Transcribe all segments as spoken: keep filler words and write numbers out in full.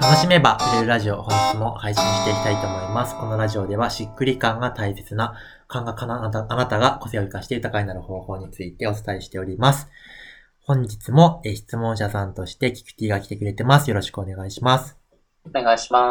楽しめば売れるラジオ、本日も配信していきたいと思います。このラジオではしっくり感が大切な感覚家のあなた、あなたが個性を生かして豊かになる方法についてお伝えしております。本日もえ質問者さんとしてキクティが来てくれてます。よろしくお願いします。 お願いします。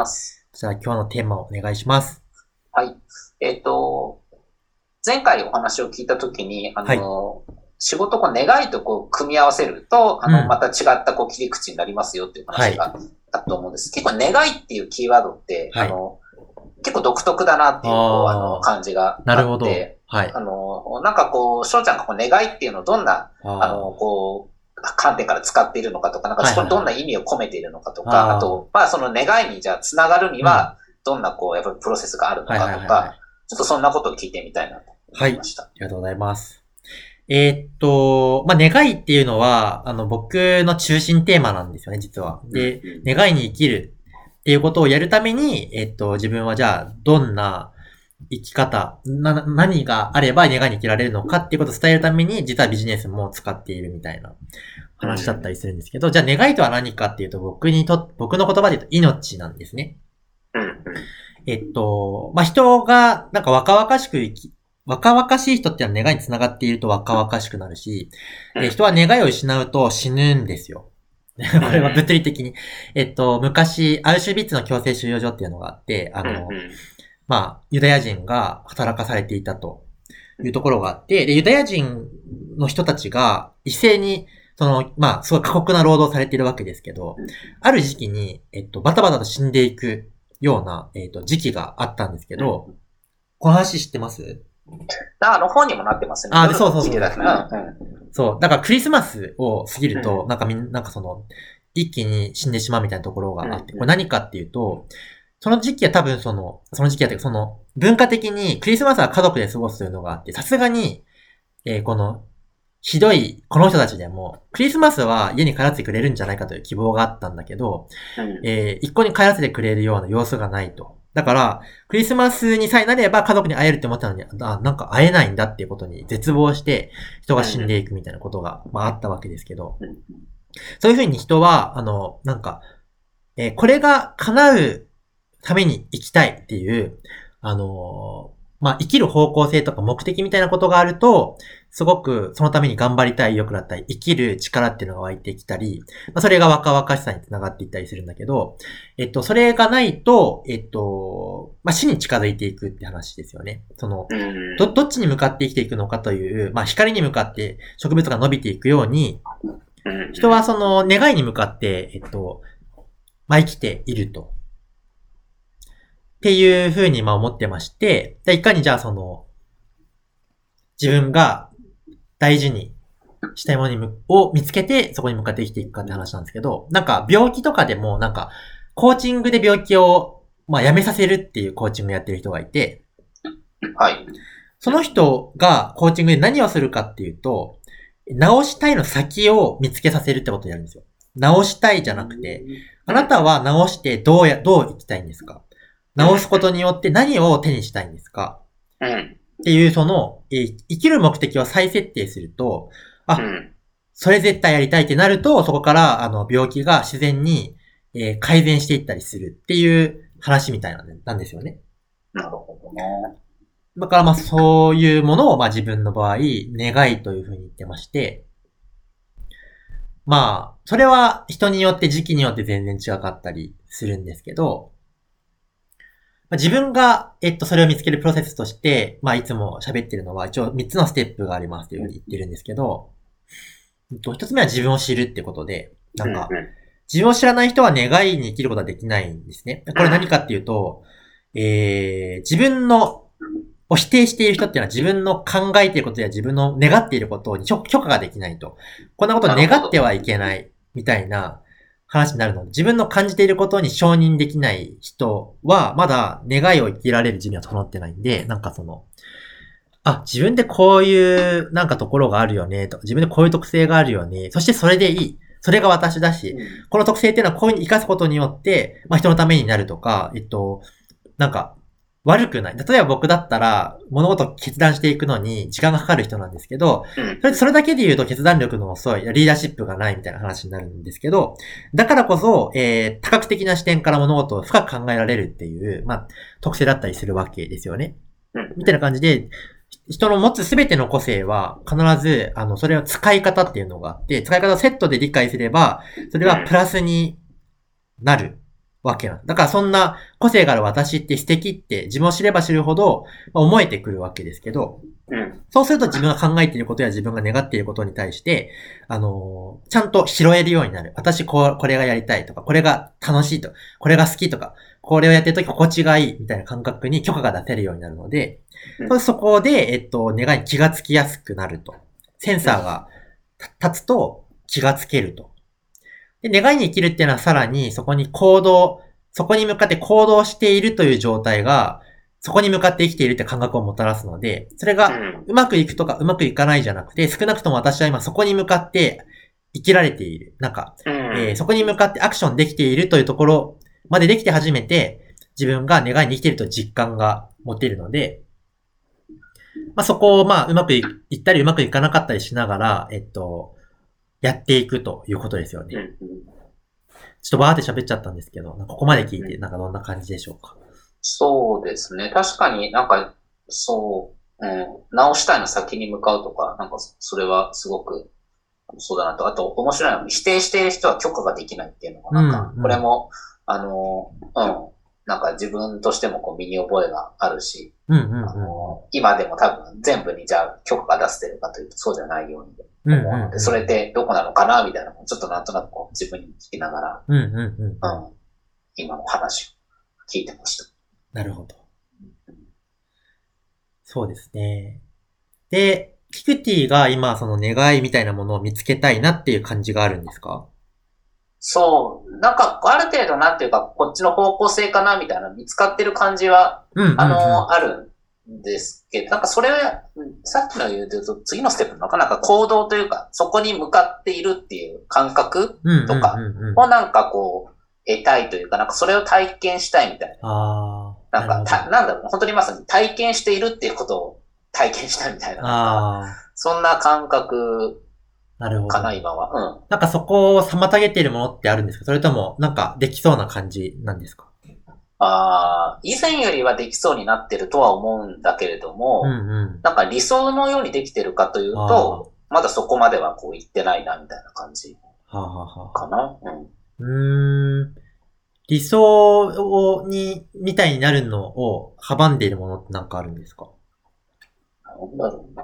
じゃあ今日のテーマをお願いします。 はい。えっと、前回お話を聞いたときに、あの、はい、仕事をこう願いとこう組み合わせると、あの、うん、また違ったこう切り口になりますよっていう話があったと思うんです。はい、結構願いっていうキーワードって、はい、あの、結構独特だなっていうこうあの感じがあって、なるほど。はい。あの、なんかこう、翔ちゃんがこう願いっていうのをどんな、あの、こう、観点から使っているのかとか、なんかそこにどんな意味を込めているのかとか、はいはいはい、あと、まあその願いにじゃあ繋がるには、どんなこう、やっぱりプロセスがあるのかとか、はいはいはいはい、ちょっとそんなことを聞いてみたいなと思いました。 はい。ありがとうございます。えー、っと、まあ、願いっていうのは、あの、僕の中心テーマなんですよね、実は。で、願いに生きるっていうことをやるために、えー、っと、自分はじゃあ、どんな生き方、な、何があれば願いに生きられるのかっていうことを伝えるために、実はビジネスも使っているみたいな話だったりするんですけど、じゃあ願いとは何かっていうと、僕にと、僕の言葉で言うと命なんですね。えっと、まあ、人が、なんか若々しく生き、若々しい人ってのは願いにつながっていると若々しくなるし、え人は願いを失うと死ぬんですよ。これは物理的に。えっと、昔、アウシュビッツの強制収容所っていうのがあって、あの、まあ、ユダヤ人が働かされていたというところがあって、で、ユダヤ人の人たちが一斉に、その、まあ、すごい過酷な労働されているわけですけど、ある時期に、えっと、バタバタと死んでいくような、えっと、時期があったんですけど、この話知ってます？ あの、本にもなってますね。 あ、そうそうそう。うんうん、そう。だからクリスマスを過ぎると、うん、なんかみんな、なんかその、一気に死んでしまうみたいなところがあって、これ何かっていうと、その時期は多分その、その時期はというかその、文化的にクリスマスは家族で過ごすというのがあって、さすがに、えー、この、ひどい、この人たちでも、クリスマスは家に帰らせてくれるんじゃないかという希望があったんだけど、うん、えー、一向に帰らせてくれるような様子がないと。だから、クリスマスにさえなれば家族に会えるって思ったのに、あ、なんか会えないんだっていうことに絶望して、人が死んでいくみたいなことが、まああったわけですけど、そういうふうに人は、あの、なんか、えー、これが叶うために生きたいっていう、あのー、まあ、生きる方向性とか目的みたいなことがあると、すごくそのために頑張りたい欲だったり、生きる力っていうのが湧いてきたり、まあ、それが若々しさにつながっていったりするんだけど、えっと、それがないと、えっと、まあ、死に近づいていくって話ですよね。その、ど、どっちに向かって生きていくのかという、まあ、光に向かって植物が伸びていくように、人はその願いに向かって、えっと、まあ、生きていると。っていうふうにまあ思ってまして、いかにじゃあその、自分が大事にしたいものを見つけて、そこに向かって生きていくかって話なんですけど、なんか病気とかでもなんか、コーチングで病気をまあやめさせるっていうコーチングやってる人がいて、 はい。 その人がコーチングで何をするかっていうと、治したいの先を見つけさせるってことをやるんですよ。治したいじゃなくて、あなたは治してどうや、どう生きたいんですか？治すことによって何を手にしたいんですか？うん。っていう、その、えー、生きる目的を再設定すると、あ、うん、それ絶対やりたいってなると、そこから、あの、病気が自然に、えー、改善していったりするっていう話みたいなんですよね。 なるほどね。 だからまあ、そういうものを、まあ自分の場合、願いというふうに言ってまして、まあ、それは人によって時期によって全然違かったりするんですけど、自分が、えっと、それを見つけるプロセスとして、まあ、いつも喋ってるのは、一応みっつのステップがありますというふうに言ってるんですけど、一つ目は自分を知るってことで、なんか、自分を知らない人は願いに生きることはできないんですね。これ何かっていうと、えー、自分の、を否定している人っていうのは自分の考えていることや自分の願っていることに許可ができないと。こんなことを願ってはいけない、みたいな、話になるので、自分の感じていることに承認できない人は、まだ願いを生きられる自分は整ってないんで、なんかその、あ、自分でこういう、なんかところがあるよね、とか、自分でこういう特性があるよね、そしてそれでいい。それが私だし、うん、この特性っていうのはこういうふうに活かすことによって、まあ人のためになるとか、えっと、なんか、 悪くない。例えば僕だったら、物事を決断していくのに時間がかかる人なんですけど、それそれだけで言うと決断力の遅い、リーダーシップがないみたいな話になるんですけど、だからこそ、えー、多角的な視点から物事を深く考えられるっていう、まあ、特性だったりするわけですよね。みたいな感じで、人の持つすべての個性は必ず、あの、それを使い方っていうのがあって、使い方をセットで理解すれば、それはプラスになるわけなんだ。だからそんな個性がある私って素敵って自分を知れば知るほど思えてくるわけですけど、そうすると自分が考えていることや自分が願っていることに対して、あのー、ちゃんと拾えるようになる。私こう、これがやりたいとか、これが楽しいとか、これが好きとか、これをやってるとき心地がいいみたいな感覚に許可が出せるようになるので、うん、そこで、えっと、願いに気がつきやすくなると。センサーが立つと気がつけると。で、願いに生きるっていうのはさらにそこに行動、そこに向かって行動しているという状態が、そこに向かって生きているって感覚をもたらすので、それがうまくいくとかうまくいかないじゃなくて、少なくとも私は今そこに向かって生きられている。なんか、えー、そこに向かってアクションできているというところまでできて初めて、自分が願いに生きていると実感が持てるので、まあ、そこをまあうまくいったりうまくいかなかったりしながら、えっと、やっていくということですよね。ちょっとバーって喋っちゃったんですけど、ここまで聞いてなんかどんな感じでしょうか。 そうですね。確かになんか、そう、うん、直したいの先に向かうとか、なんかそれはすごくそうだなと。あと面白いのは否定している人は許可ができないっていうのが、なんか、これも、うんうん、あの、うん。なんか自分としてもこう身に覚えがあるし、 うんうんうん、 あの今でも多分全部にじゃあ許可が出せてるかというとそうじゃないように思うので、うんうんうん、それってどこなのかなみたいなのをちょっとなんとなくこう自分に聞きながら、 うんうんうんうん、 今の話を聞いてました。 なるほど。そうですね。で、キクティが今その願いみたいなものを見つけたいなっていう感じがあるんですか？ そう。なんか、ある程度なんていうか、こっちの方向性かなみたいな見つかってる感じは、うんうんうん、あの、あるんですけど、なんかそれは、さっきの言うと、次のステップのなかなか行動というか、そこに向かっているっていう感覚とかをなんかこう、得たいというか、なんかそれを体験したいみたいな。 あなんかた、なんだろう、本当にまさに体験しているっていうことを体験したいみたいな。なんかそんな感覚、 なるほど。 かな、今は。うん。 なんかそこを妨げているものってあるんですか？それとも、なんかできそうな感じなんですか？ ああ、以前よりはできそうになってるとは思うんだけれども、うんうん、なんか理想のようにできてるかというと、まだそこまではこう言ってないな、みたいな感じ。かな。はあはあ、 うん。うーん。理想を、に、みたいになるのを阻んでいるものってなんかあるんですか？ なんだろうな。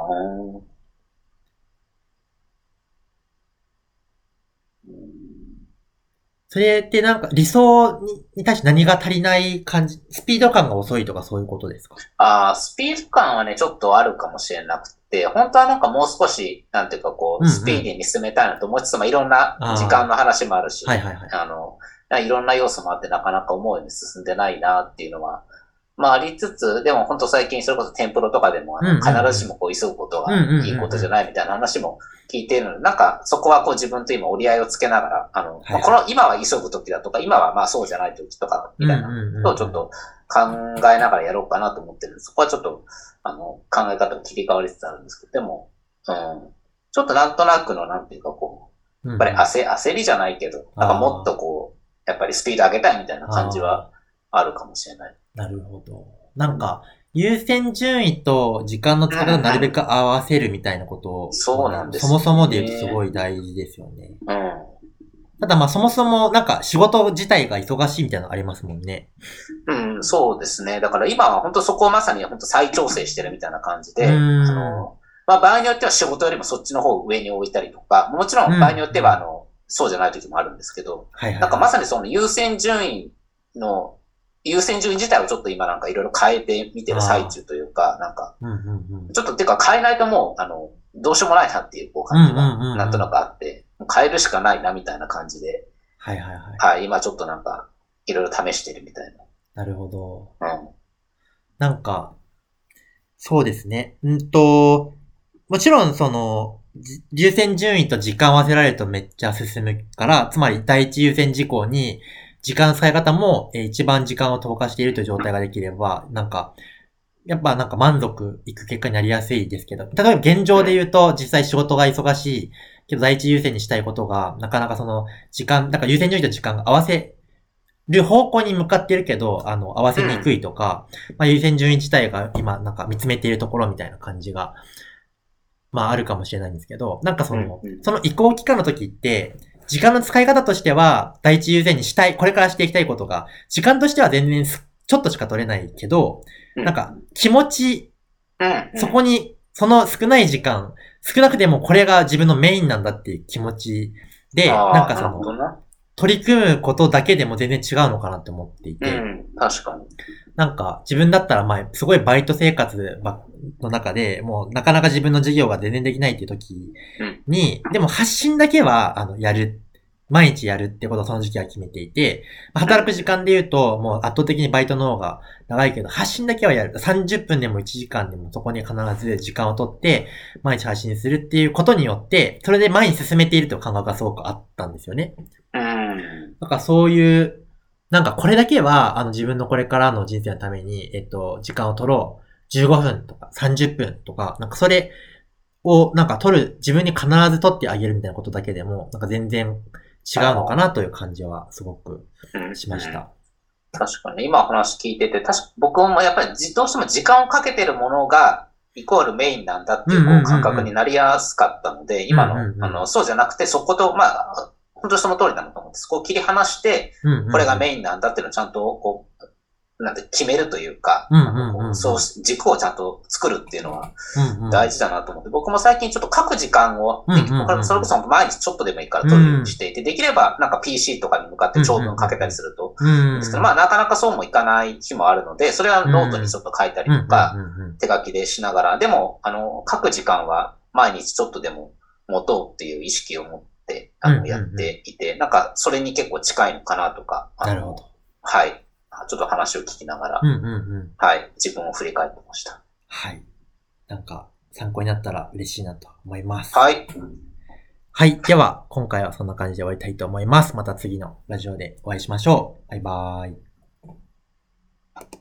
それってなんか理想にに対して何が足りない感じ、スピード感が遅いとかそういうことですか？ ああ、スピード感はね、ちょっとあるかもしれなくて、本当はなんかもう少し、なんていうかこう、スピーディーに進めたいなと思いつつも、いろんな時間の話もあるし、 はいはいはい。 あの、いろんな要素もあってなかなか思うように進んでないなっていうのは、まあありつつ、でも本当最近それこそテンプロとかでも、必ずしもこう急ぐことがいいことじゃないみたいな話も聞いているので、なんかそこはこう自分と今折り合いをつけながら、あの、はいはい、この今は急ぐ時だとか、今はまあそうじゃない時とか、みたいなことをちょっと考えながらやろうかなと思ってるんです。そこはちょっと、あの、考え方が切り替わりつつあるんですけど、でも、うん、ちょっとなんとなくのなんていうかこう、やっぱり焦、焦りじゃないけど、なんかもっとこう、やっぱりスピード上げたいみたいな感じはあるかもしれない。 なるほど。なんか、優先順位と時間の使い方をなるべく合わせるみたいなことを、 そうなんです、 ね、そもそもで言うとすごい大事ですよね。 うん。 ただまあそもそもなんか仕事自体が忙しいみたいなのありますもんね。 うん、そうですね。だから今は本当そこをまさに本当再調整してるみたいな感じで、あの、まあ場合によっては仕事よりもそっちの方を上に置いたりとか、もちろん場合によってはあの、そうじゃない時もあるんですけど、はいはいはい、なんかまさにその優先順位の、優先順位自体をちょっと今なんかいろいろ変えてみてる最中というか、なんか、ちょっとてか変えないともう、あの、どうしようもないなっていう感じがなんとなくあって、変えるしかないなみたいな感じで、 はいはいはい。 はい、今ちょっとなんか、いろいろ試してるみたいな。なるほど。 うん。 なんか、そうですね。んと、もちろんその、優先順位と時間を合わせられるとめっちゃ進むから、つまり第一優先事項に、 時間使い方も、えー一番時間を投下しているという状態ができれば、なんか、やっぱなんか満足いく結果になりやすいですけど、例えば現状で言うと、実際仕事が忙しいけど第一優先にしたいことが、なかなかその時間、だから優先順位と時間が合わせる方向に向かってるけど、あの、合わせにくいとか、まあ優先順位自体が今なんか見つめているところみたいな感じが、まああるかもしれないんですけど、なんかその、その移行期間の時って、時間の使い方としては、第一優先にしたい、これからしていきたいことが、時間としては全然すちょっとしか取れないけど、なんか気持ち、そこに、その少ない時間、少なくてもこれが自分のメインなんだっていう気持ちで、なんかその、取り組むことだけでも全然違うのかなって思っていて。 うん、確かに。 なんか自分だったら前、すごいバイト生活の中で、もうなかなか自分の授業が全然できないっていう時に、でも発信だけは、あの、やる。毎日やるってことをその時期は決めていて、働く時間で言うと、もう圧倒的にバイトの方が長いけど、発信だけはやる。さんじゅっぷんでもいちじかんでもそこに必ず時間を取って、毎日発信するっていうことによって、それで前に進めているという感覚がすごくあったんですよね。 うん。 なんかそういう、なんかこれだけは、あの自分のこれからの人生のために、えっと、時間を取ろう。じゅうごふんとかさんじゅっぷんとか、なんかそれをなんか取る、自分に必ず取ってあげるみたいなことだけでも、なんか全然違うのかなという感じはすごくしました。 うん、確かに、今話聞いてて、確か僕もやっぱりどうしても時間をかけてるものが、イコールメインなんだっていうこう感覚になりやすかったので、今の、あの、そうじゃなくて、そこと、まあ、本当にその通りだなと思うんです。こう切り離して、これがメインなんだっていうのをちゃんと、こう、なんて決めるというか、そう、軸をちゃんと作るっていうのは大事だなと思って、僕も最近ちょっと書く時間を、それこそ毎日ちょっとでもいいから取るようにしていて、できればなんか ピーシー とかに向かって長文かけたりすると、ですけど、まあなかなかそうもいかない日もあるので、それはノートにちょっと書いたりとか、手書きでしながら、でも、あの、書く時間は毎日ちょっとでも持とうっていう意識を持ってあのやっていて、なんかそれに結構近いのかなとか、 なるほど。 はい。ちょっと話を聞きながら、 うんうんうん、 はい、自分を振り返ってました。 はい。なんか、参考になったら嬉しいなと思います。 はい。 はい。では、今回はそんな感じで終わりたいと思います。また次のラジオでお会いしましょう。バイバーイ。